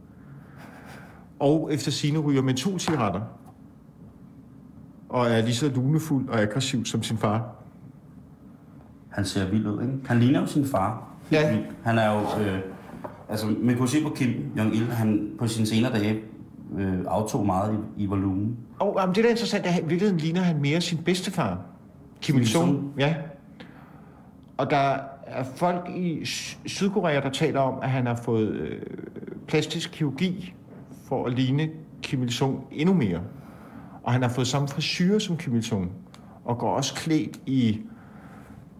Og efter sigende ryger mentolcigaretter. Og er lige så lunefuld og aggressiv som sin far. Han ser vild ud, ikke? Han ligner jo sin far. Ja. Han er jo... altså, man kunne se på Kim Jong-il, han på sine senere dage aftog meget i volumen. Og det der er interessant, at i virkeligheden ligner han mere sin bedstefar. Kim Il-sung. Ja. Og der er folk i Sydkorea, der taler om, at han har fået plastisk kirurgi for at ligne Kim Il-sung endnu mere. Og han har fået samme frisyre som Kim Il-sung. Og går også klædt i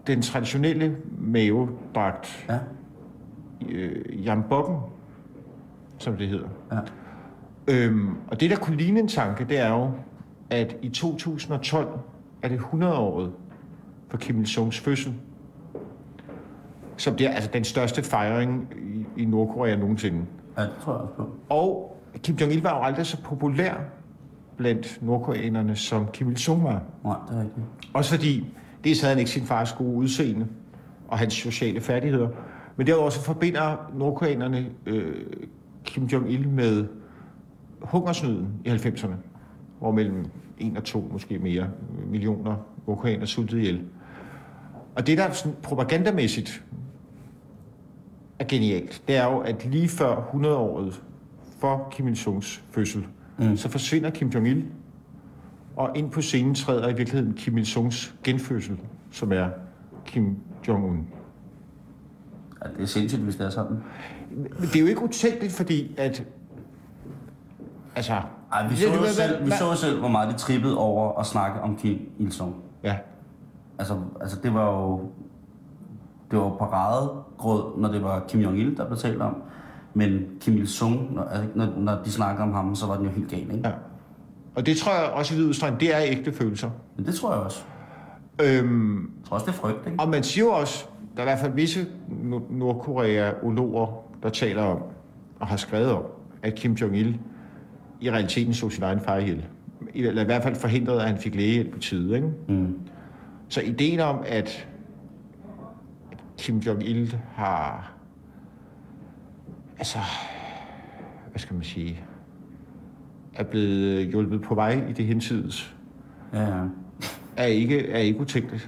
den traditionelle mavedragt, jambokken, som det hedder. Ja. Og det, der kunne ligne en tanke, det er jo, at i 2012 er det 100-året for Kim Il-sungs fødsel, som bliver altså den største fejring i Nordkorea nogensinde. Ja, det tror jeg også på. Og Kim Jong-il var jo aldrig så populær blandt nordkoreanerne, som Kim Il-sung var. Nej, det er rigtigt. Også fordi, dels havde han ikke sin fars gode udseende og hans sociale færdigheder, men derudover så forbinder nordkoreanerne Kim Jong-il med hungersnøden i 90'erne, hvor mellem 1 og 2, måske mere, millioner nordkoreanere sultede ihjel. Og det, der sådan propagandamæssigt er genialt, det er jo, at lige før 100-året for Kim Il-sungs fødsel, så forsvinder Kim Jong-il, og ind på scenen træder i virkeligheden Kim Il-sungs genfødsel, som er Kim Jong-un. Ja, det er sindssygt, hvis det er sådan. Det er jo ikke utænkeligt, fordi at... Altså... Ej, vi så jo selv, hvor meget de trippede over at snakke om Kim Il-sung. Ja. Altså det var jo... Det var paradegrød, når det var Kim Jong-il, der blev talt om. Men Kim Il-sung, når de snakkede om ham, så var den jo helt gal, ikke? Ja. Og det tror jeg også i vid udstrækning, det er ægte følelser. Men det tror jeg også. Jeg tror også, det er frygt, ikke? Og man siger også, der er i hvert fald visse Nordkorea-ologer, der taler om, og har skrevet om, at Kim Jong-il i realiteten så sin egen far ihjel. Eller i hvert fald forhindrede, at han fik lægehjælp i tide, ikke? Så ideen om, at Kim Jong-il har... Altså... Hvad skal man sige... er blevet hjulpet på vej i det hinsides. Ja. Er ikke utænkeligt.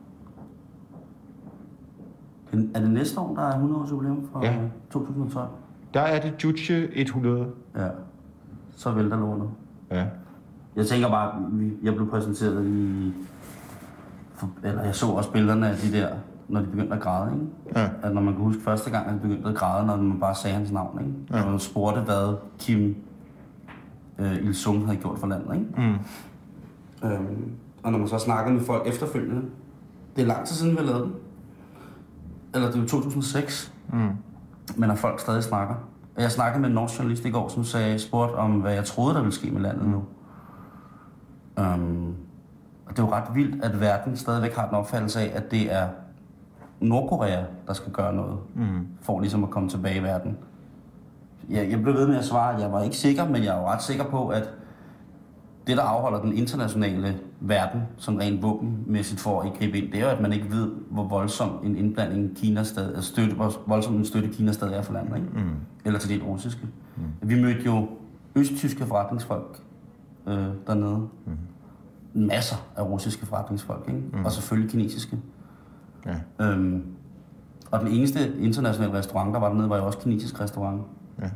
Er det næste år, der er 100-års jubilæum for 2012? Der er det Juche 100. Ja. Så vælter lortet. Ja. Jeg tænker bare, jeg blev præsenteret eller jeg så også billederne af de der, når de begyndte at græde, ikke? Ja. At når man kan huske første gang, at de begyndte at græde, når man bare sagde hans navn, ikke? Ja. Når man spurgte, hvad Kim Il-sung havde gjort for landet, ikke? Og når man så snakker med folk efterfølgende, det er lang tid siden, vi har lavet den. Eller det er jo 2006. Men når folk stadig snakker. Jeg snakkede med en norsk journalist i går, som spurgte om, hvad jeg troede, der ville ske med landet nu. Og det er jo ret vildt, at verden stadigvæk har den opfattelse af, at det er Nordkorea, der skal gøre noget, for ligesom at komme tilbage i verden. Jeg blev ved med at svare, at jeg var ikke sikker, men jeg er jo ret sikker på, at det, der afholder den internationale verden, som rent våbenmæssigt for at gribe ind, det er jo, at man ikke ved, hvor voldsom en indblanding Kina stadig, hvor voldsom en støtte Kina stadig er for landet, ikke? Eller til det russiske. Vi mødte jo østtyske forretningsfolk dernede. Masser af russiske forretningsfolk, ikke? Og selvfølgelig kinesiske. Ja. Og den eneste internationale restaurant, der var dernede, var jo også kinesisk restaurant. Ja.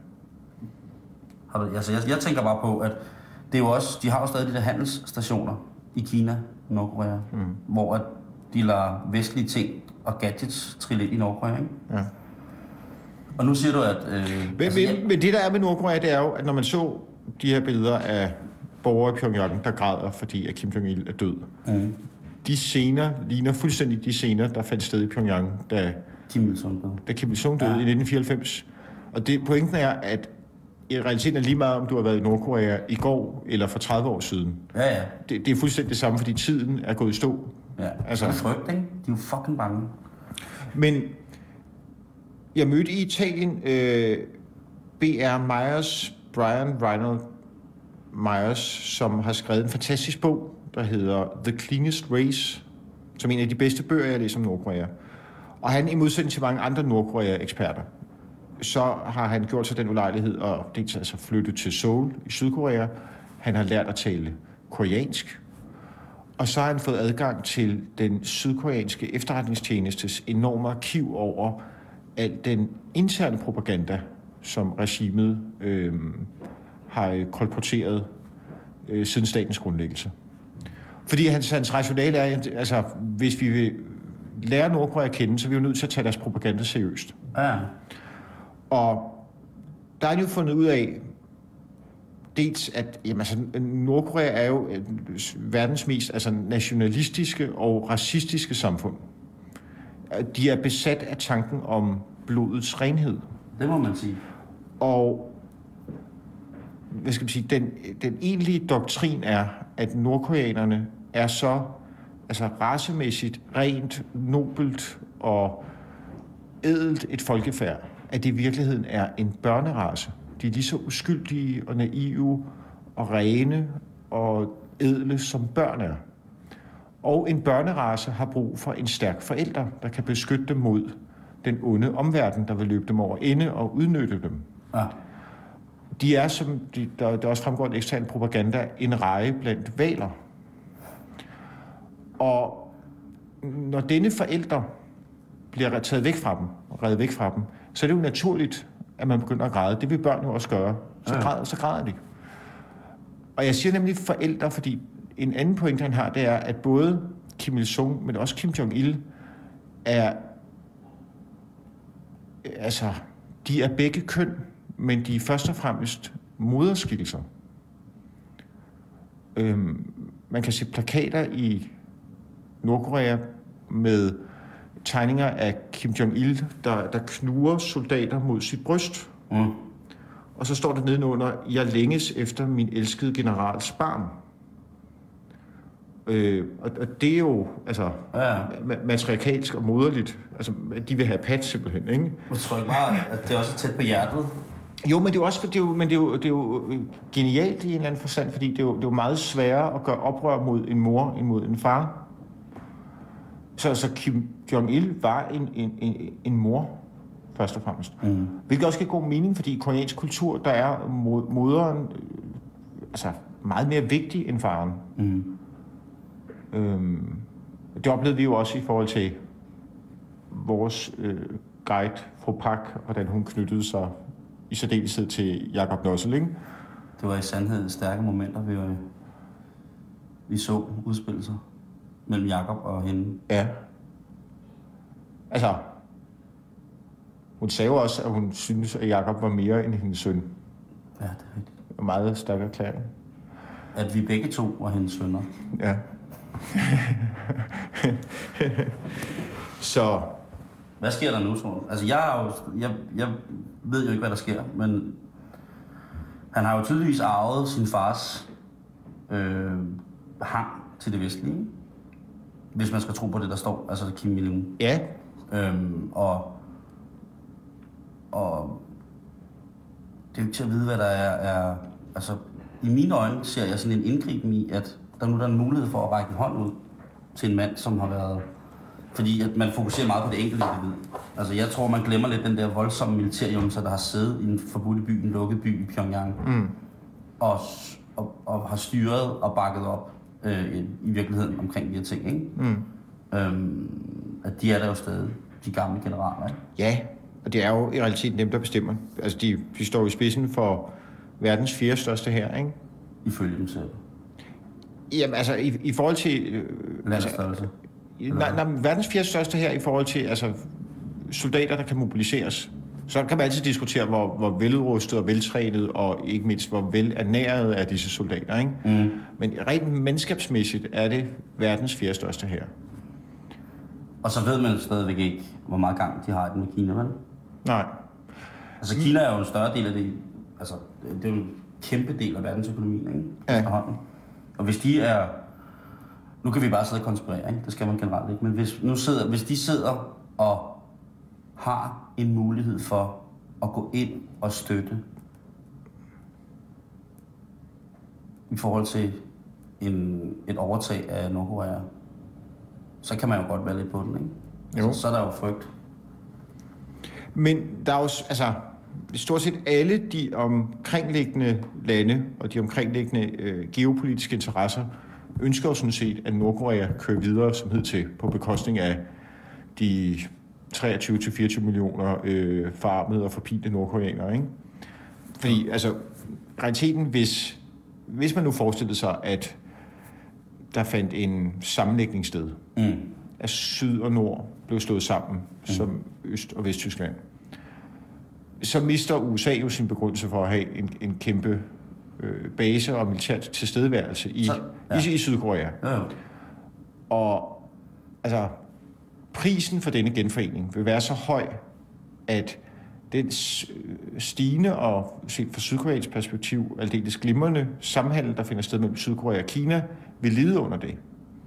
Jeg tænker bare på, at det er jo også, de har jo stadig de der handelsstationer i Kina, Nordkorea, hvor at de lader vestlige ting og gadgets trille ind i Nordkorea, ikke? Ja. Og nu siger du, at... Men det, der er med Nordkorea, det er jo, at når man så de her billeder af borgere i Pyongyang, der græder, fordi at Kim Jong-il er død. De scener ligner fuldstændig de scener, der fandt sted i Pyongyang, da Kim Il-sung døde i 1994. Og pointen er, at i realiteten er lige meget, om du har været i Nordkorea i går eller for 30 år siden. Ja. Det er fuldstændig det samme, fordi tiden er gået i stå. Ja, altså, det er frygt, ikke? De er jo fucking bange. Men jeg mødte i Italien B.R. Myers, Brian Reinhold Myers, som har skrevet en fantastisk bog, der hedder The Cleanest Race, som en af de bedste bøger, jeg læser om Nordkorea. Og han, i modsætning til mange andre Nordkorea-eksperter, så har han gjort sig den ulejlighed og dels altså flyttet til Seoul i Sydkorea. Han har lært at tale koreansk. Og så har han fået adgang til den sydkoreanske efterretningstjenestes enorme arkiv over al den interne propaganda, som regimet har kolporteret siden statens grundlæggelse. Fordi hans rationale er, altså hvis vi vil lære Nordkorea at kende, så er vi jo nødt til at tage deres propaganda seriøst. Ja. Og der er jo fundet ud af, dels at Nordkorea er jo verdens mest nationalistiske og racistiske samfund. de er besat af tanken om blodets renhed. Det må man sige. Og hvad skal man sige, den egentlige doktrin er, at nordkoreanerne er så racemæssigt rent, nobelt og ædelt et folkefærd, at det i virkeligheden er en børnerace. De er lige så uskyldige og naive og rene og ædle, som børn er. Og en børnerace har brug for en stærk forælder, der kan beskytte dem mod den onde omverden, der vil løbe dem over ende og udnytte dem. Ja. De er, som der også fremgår en ekstern propaganda, en reje blandt hvaler. Og når denne forælder bliver taget væk fra dem, og reddet væk fra dem, så er det jo naturligt, at man begynder at græde. Det vil børn jo også gøre. Så græder de. Og jeg siger nemlig forældre, fordi en anden pointe, han har, det er, at både Kim Il-sung, men også Kim Jong-il, de er begge køn, men de er først og fremmest moderskikkelser. Man kan se plakater i Nordkorea med tegninger af Kim Jong-il, der knuger soldater mod sit bryst. Mm. Og så står der nedenunder, jeg længes efter min elskede generals barn. Og det er jo matriarkalsk og moderligt. Altså, de vil have pat simpelthen, ikke? Jeg tror ikke bare, at det også er tæt på hjertet. Jo, men det er jo også, det er jo genialt i en eller anden forstand, fordi det er jo meget sværere at gøre oprør mod en mor end mod en far. Så Kim Jong-il var en mor, først og fremmest. Mm. Hvilket også giver god mening, fordi i koreansk kultur, der er moderen meget mere vigtig end faren. Mm. Det oplevede vi jo også i forhold til vores guide, fru Pak, hvordan hun knyttede sig i særdeleshed til Jakob Nossel, ikke? Det var i sandhed stærke momenter, vi så udspille sig mellem Jakob og hende. Ja. Hun sagde jo også, at hun synes, at Jakob var mere end hendes søn. Ja, det er rigtigt. En meget stærk erklæring. At vi begge to var hendes sønner. Ja. Så... Hvad sker der nu, tror du? Altså, jeg ved jo ikke, hvad der sker, men han har jo tydeligvis arvet sin fars hang til det vestlige, hvis man skal tro på det, der står, altså Kim Il-sung. Ja. Og det er jo ikke til at vide, hvad der er altså, i mine øjne ser jeg sådan en indgriben i, at der er en mulighed for at række en hånd ud til en mand, som har været... Fordi at man fokuserer meget på det enkelte individ. Altså jeg tror, man glemmer lidt den der voldsomme militærjunta, der har siddet i en forbudte by, en lukket by i Pyongyang. Mm. Og har styret og bakket op i virkeligheden omkring de her ting, ikke? Mm. At de er der jo stadig, de gamle generaler, ikke? Ja, og det er jo i realiteten dem, der bestemmer. Altså de står i spidsen for verdens 4. største hær, ikke? Ifølge dem selv. Jamen altså i forhold til... Landsstørrelse. Nej, verdens 4. største her i forhold til soldater, der kan mobiliseres. Så kan man altid diskutere, hvor veludrustet og veltrænet, og ikke mindst, hvor velernæret er disse soldater, ikke? Mm. Men rent menneskabsmæssigt er det verdens 4. største her. Og så ved man stadigvæk ikke, hvor meget gang de har i den med Kina, vel? Nej. Altså Kina er jo en større del af det. Altså, det er jo en kæmpe del af verdensøkonomien, ikke? Ja. Og hvis de er... Nu kan vi bare sidde og konspirere, ikke? Det skal man generelt ikke. Men hvis de sidder og har en mulighed for at gå ind og støtte i forhold til et overtag af Nordkorea, så kan man jo godt være lidt på den, ikke? Altså, så er der jo frygt. Men der er jo, stort set alle de omkringliggende lande og de omkringliggende geopolitiske interesser ønsker jo sådan set, at Nordkorea kører videre som hidtil på bekostning af de 23-24 millioner forarmede og forpinte nordkoreanere, ikke? Fordi, realiteten, hvis man nu forestillede sig, at der fandt en sammenlægning sted, at Syd og Nord blev slået sammen som Øst- og Vesttyskland, så mister USA jo sin begrundelse for at have en kæmpe base og militær tilstedeværelse i Sydkorea. Ja. Og prisen for denne genforening vil være så høj, at den stigende og set fra Sydkoreas perspektiv aldeles glimrende samhandel, der finder sted mellem Sydkorea og Kina, vil lide under det.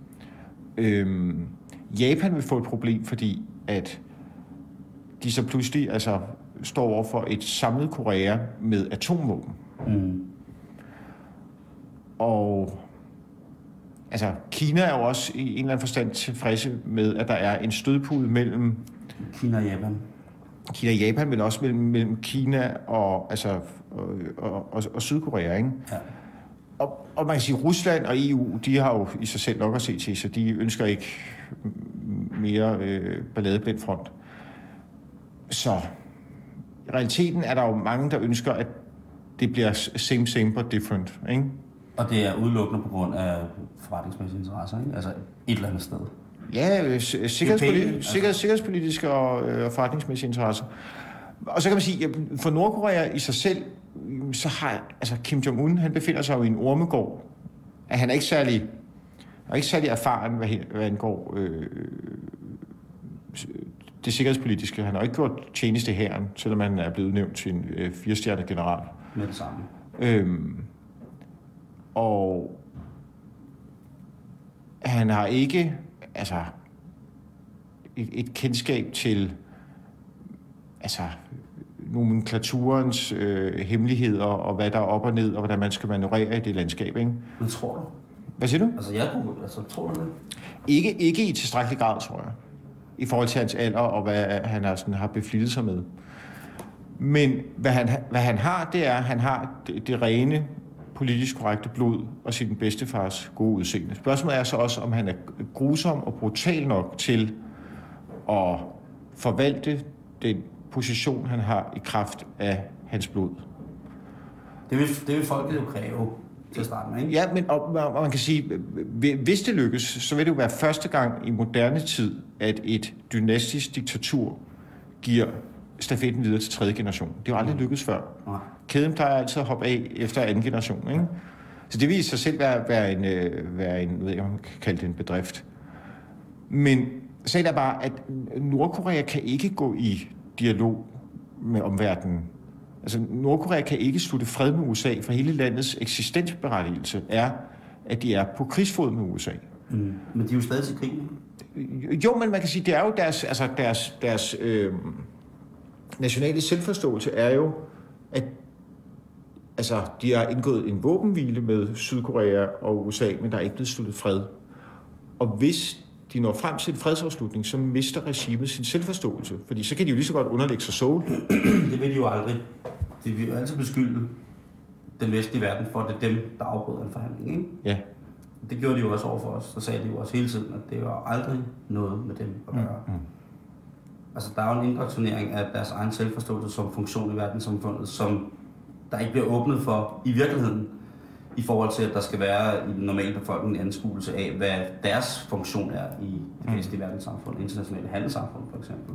Japan vil få et problem, fordi at de så pludselig står over for et samlet Korea med atomvåben. Og Kina er jo også i en eller anden forstand tilfredse med, at der er en stødpude mellem Kina og Japan. Kina og Japan, men også mellem Kina og Sydkorea, ikke? Ja. Og man kan sige, at Rusland og EU, de har jo i sig selv nok at se til, så de ønsker ikke mere ballade på den front. Så i realiteten er der jo mange, der ønsker, at det bliver same but different, ikke? Og det er udelukkende på grund af forretningsmæssige interesser, ikke? Altså et eller andet sted. Ja, sikkerhedspolitiske og forretningsmæssige interesser. Og så kan man sige, at for Nordkorea i sig selv, så har Kim Jong-un, han befinder sig jo i en ormegård. At han er ikke særlig erfaren, hvad angår det sikkerhedspolitiske. Han har ikke gjort tjeneste i hæren, selvom han er blevet nævnt til en 4-stjernet general. Med det samme. Og han har ikke et kendskab til nomenklaturens hemmeligheder og hvad der er op og ned og hvordan man skal manøvrere i det landskab, ikke? Men tror du? Hvad siger du? Tror du det? Ikke i tilstrækkelig grad, tror jeg. I forhold til hans alder og hvad han har beflittet sig med. Men hvad han har, det er, han har det rene politisk korrekte blod og sin bedstefars gode udseende. Spørgsmålet er så også, om han er grusom og brutal nok til at forvalte den position, han har i kraft af hans blod. Det vil folket jo kræve til at starte med, ikke? Ja, men og man kan sige, hvis det lykkes, så vil det jo være første gang i moderne tid, at et dynastisk diktatur giver stafetten videre til tredje generation. Det er jo aldrig lykkedes før. Kæden plejer altid at hoppe af efter anden generation, ikke? Så det vil i sig selv være en ved jeg, man kan kalde det en bedrift. Men sagen er bare, at Nordkorea kan ikke gå i dialog med omverdenen. Nordkorea kan ikke slutte fred med USA, for hele landets eksistensberettigelse er, at de er på krigsfod med USA. Men de er jo stadig til krig. Jo, men man kan sige, det er jo deres nationale selvforståelse er jo, at de har indgået en våbenhvile med Sydkorea og USA, men der er ikke blevet sluttet fred. Og hvis de når frem til en fredsafslutning, så mister regimet sin selvforståelse. Fordi så kan de jo lige så godt underlægge sig Seoul. Det vil de jo aldrig. De vil jo altid beskylde den vestlige verden for, at det er dem, der afbryder en forhandling, ikke? Ja. Det gjorde de jo også over for os. Så sagde de jo også hele tiden, at det var aldrig noget med dem at gøre. Der er jo en indoktrinering af deres egen selvforståelse som funktion i verdenssamfundet, som der ikke bliver åbnet for i virkeligheden, i forhold til, at der skal være i den normale befolkning en anskuelse af, hvad deres funktion er i det vestlige verdenssamfund, internationale handelssamfund for eksempel.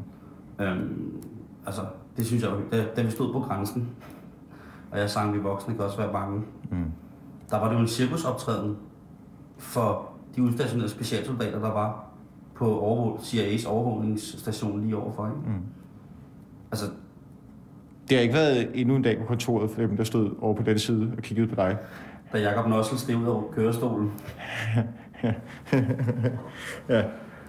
Det synes jeg jo, da vi stod på grænsen, og jeg sang, vi voksne kan også være bange, der var det jo en cirkusoptræden for de udstationerede specialsoldater, der var på CIA's overvågningsstation lige overfor, ikke? Det har ikke været endnu en dag på kontoret for dem, der stod over på den side og kiggede på dig. Da Jakob Nossel steg ud over kørestolen. Ja.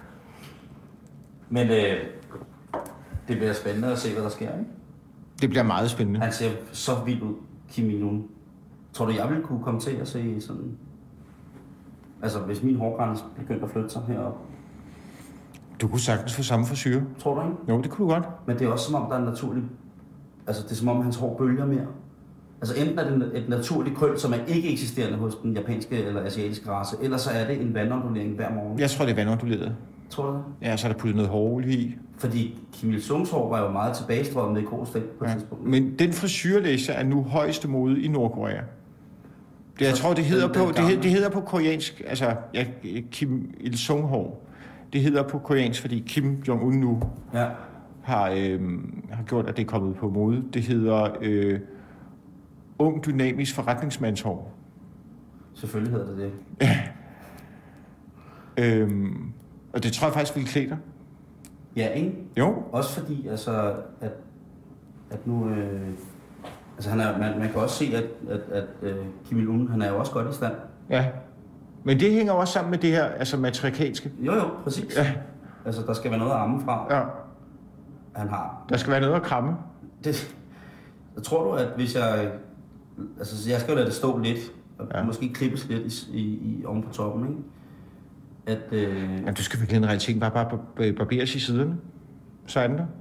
Men det bliver spændende at se, hvad der sker, ikke? Det bliver meget spændende. Han ser så vild ud, Kim Il-sung. Tror du, jeg ville kunne komme til at se sådan... hvis min hårgrænse begyndte at flytte sig herop? Du kunne sagtens få samme frisyre. Tror du ikke? Jo, det kunne du godt. Men det er også som om, der er en naturlig... det er som om, hans hår bølger mere. Enten er det et naturligt krøl, som er ikke eksisterende hos den japanske eller asiatiske race, eller så er det en vandondulering hver morgen. Jeg tror, det er vandonduleret. Tror du det? Ja, så er der puttet noget hårolie i. Fordi Kim Il-sungs hår var jo meget tilbagestrømmet i K-stil på et tidspunkt. Men den frisyrlæser er nu højeste mode i Nordkorea. Jeg tror, det hedder på koreansk, Kim Il-sung hår. Det hedder på koreansk, fordi Kim Jong-un nu har gjort, at det er kommet på mode. Det hedder ung, dynamisk forretningsmandshår. Selvfølgelig hedder det det. Og det tror jeg faktisk ville klæde dig. Ja, ikke? Jo. Også fordi, altså, at nu... altså, man kan også se, at Kim Il-sung, han er jo også godt i stand. Ja. Men det hænger også sammen med det her, altså matriarkalske. Jo, præcis. Ja. Altså, der skal være noget at amme fra. Ja. Han har. Der skal være noget at kramme. Jeg tror du, at hvis jeg... Altså, jeg skal jo lade det stå lidt, og måske klippes lidt i oven på toppen, ikke? Ja, du skal virkelig en realitet bare barberes i siderne. Så er den der.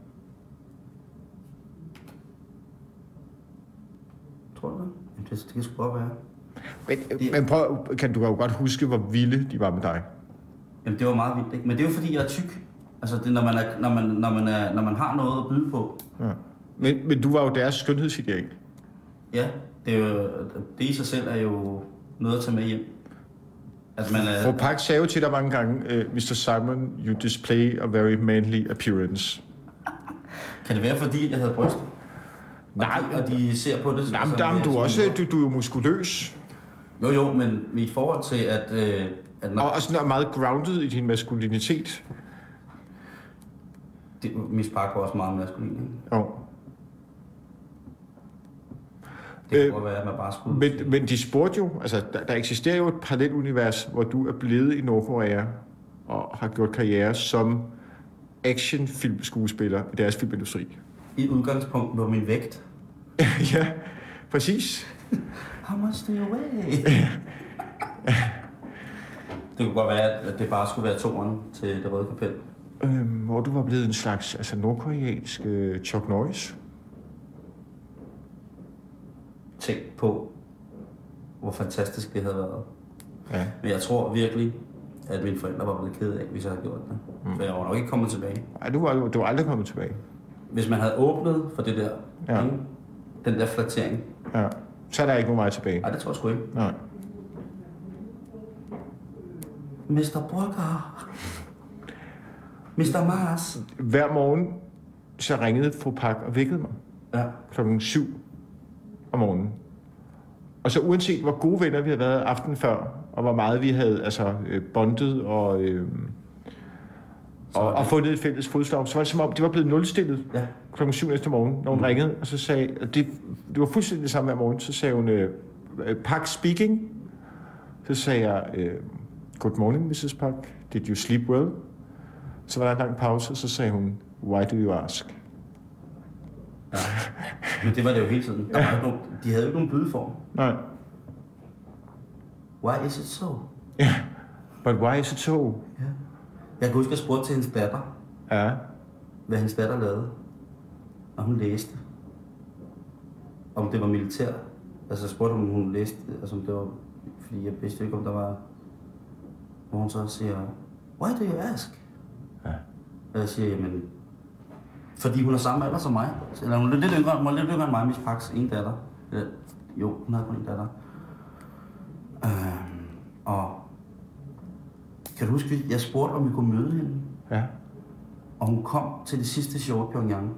Tror du det? Det kan sgu godt være. Men prøv, du kan jo godt huske, hvor vilde de var med dig. Jamen, det var meget vildt, ikke? Men det er jo fordi, jeg er tyk. Altså, det, når man har noget at byde på. Ja. Men du var jo deres skønhedsideal. Ja, det i sig selv er jo noget at tage med hjem. Altså, Fru Park sagde jo til dig mange gange, Mr. Simon, you display a very manly appearance. Kan det være, fordi jeg havde bryst? Nej. Og de ser på det? Nej, men du er jo muskuløs. Jo, men i forhold til, at og sådan er meget grounded i din maskulinitet. Miss Park var også meget maskulin, ikke? Jo. Det kunne være, at man bare skulle... Men de spurgte jo, altså der eksisterer jo et parallelunivers, hvor du er blevet i Nordkorea og har gjort karriere som actionfilmskuespiller i deres filmindustri. I udgangspunkt var min vægt. Ja, præcis. How much do you weigh? Det kunne godt være, at det bare skulle være toeren til Det Røde Kapel. Hvor du var blevet en slags nordkoreansk Chuck Norris. Tænk på, hvor fantastisk det havde været. Ja. Men jeg tror virkelig, at mine forældre var blevet kede af, hvis jeg havde gjort det. For jeg var nok ikke kommet tilbage. Nej, du var aldrig kommet tilbage. Hvis man havde åbnet for det der, den der flattering. Ja. Så er der ikke nogen vej tilbage. Nej, det tror jeg sgu ikke. Nej. Mr. Burger. Mr. Mars. Hver morgen så ringede fru Park og vækkede mig. Ja. 7:00 om morgenen. Og så uanset hvor gode venner vi havde været aftenen før, og hvor meget vi havde bondet og fundet et fælles fodslag, så var det som om, det var blevet nulstillet 7:00 næste morgen, når hun ringede, og så sagde, og det var fuldstændig det samme hver morgen, så sagde hun, Park speaking. Så sagde jeg, good morning, Mrs. Park. Did you sleep well? Så var der en lang pause, og så sagde hun, why do you ask? Ja. Men det var det jo hele tiden. De havde jo ikke nogen bydeform. Nej. Why is it so? Ja, but why is it so? Ja. Jeg kan huske, at jeg spurgte til hendes datter. Ja. Hvad hendes datter lavede. Og hun læste. Om det var militær. Altså jeg spurgte, om hun læste. Altså om det var... Fordi jeg vidste ikke, om der var... Hvor hun så siger, why do you ask? Ja. Og jeg siger, jamen... Fordi hun er samme alder som mig. Eller hun er lidt yngre end mig, Miss Parks ene datter. Jo, hun har kun en datter. Og... Kan du huske, jeg spurgte, om vi kunne møde hende? Ja. Og hun kom til det sidste show i Pyongyang.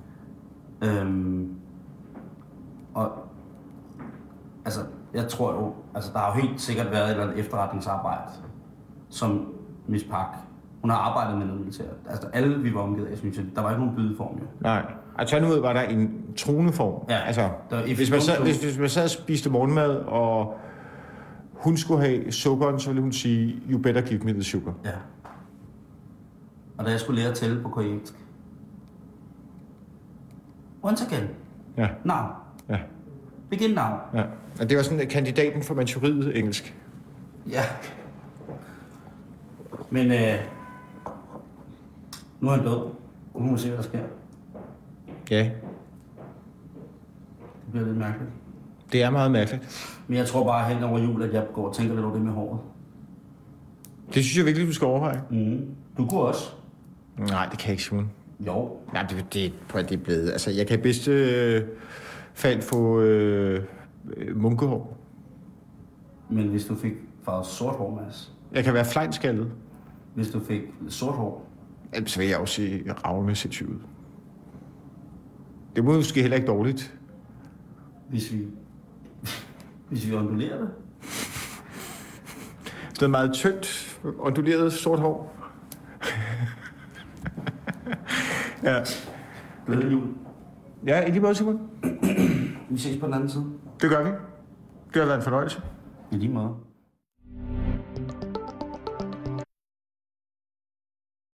Og... Altså, jeg tror jo... Altså, der har jo helt sikkert været et eller andet efterretningsarbejde, som Miss Park... Hun har arbejdet med noget militært. Altså, alle vi var omgivet af, synes jeg, der var ikke nogen bydeform, jo. Nej. Altså, tværtimod var der en troneform. Ja. Altså, hvis man sad og spiste morgenmad, og hun skulle have sukkeren, så ville hun sige, you better give me the sugar. Ja. Og da jeg skulle lære at tælle på koreansk. Once again. Ja. Now. Ja. Begin now. Ja. Og det var sådan kandidaten for Manchuriet engelsk. Ja. Men nu er han død. Nu må vi se, hvad der sker. Ja. Det bliver lidt mærkeligt. Det er meget mærkeligt. Men jeg tror bare hen over jul, at jeg går og tænker lidt over det med håret. Det synes jeg virkelig, du skal overveje. Du kunne også. Nej, det kan jeg ikke, Simon. Jo. Nej, det er blevet... Altså, jeg kan i bedste fald få munkehår. Men hvis du fik farvet sort hår, Mads? Jeg kan være flejnskaldet. Hvis du fik sort hår? Så vil jeg også se ravne sindssygt ud. Det må måske heller ikke dårligt. Hvis vi ondulerer det? Det er meget tyndt, onduleret sort hår. Ja. Glædelig jul. Ja, i lige måde, Simon. Vi ses på den anden side. Det gør vi. Det har været en fornøjelse. I lige måde.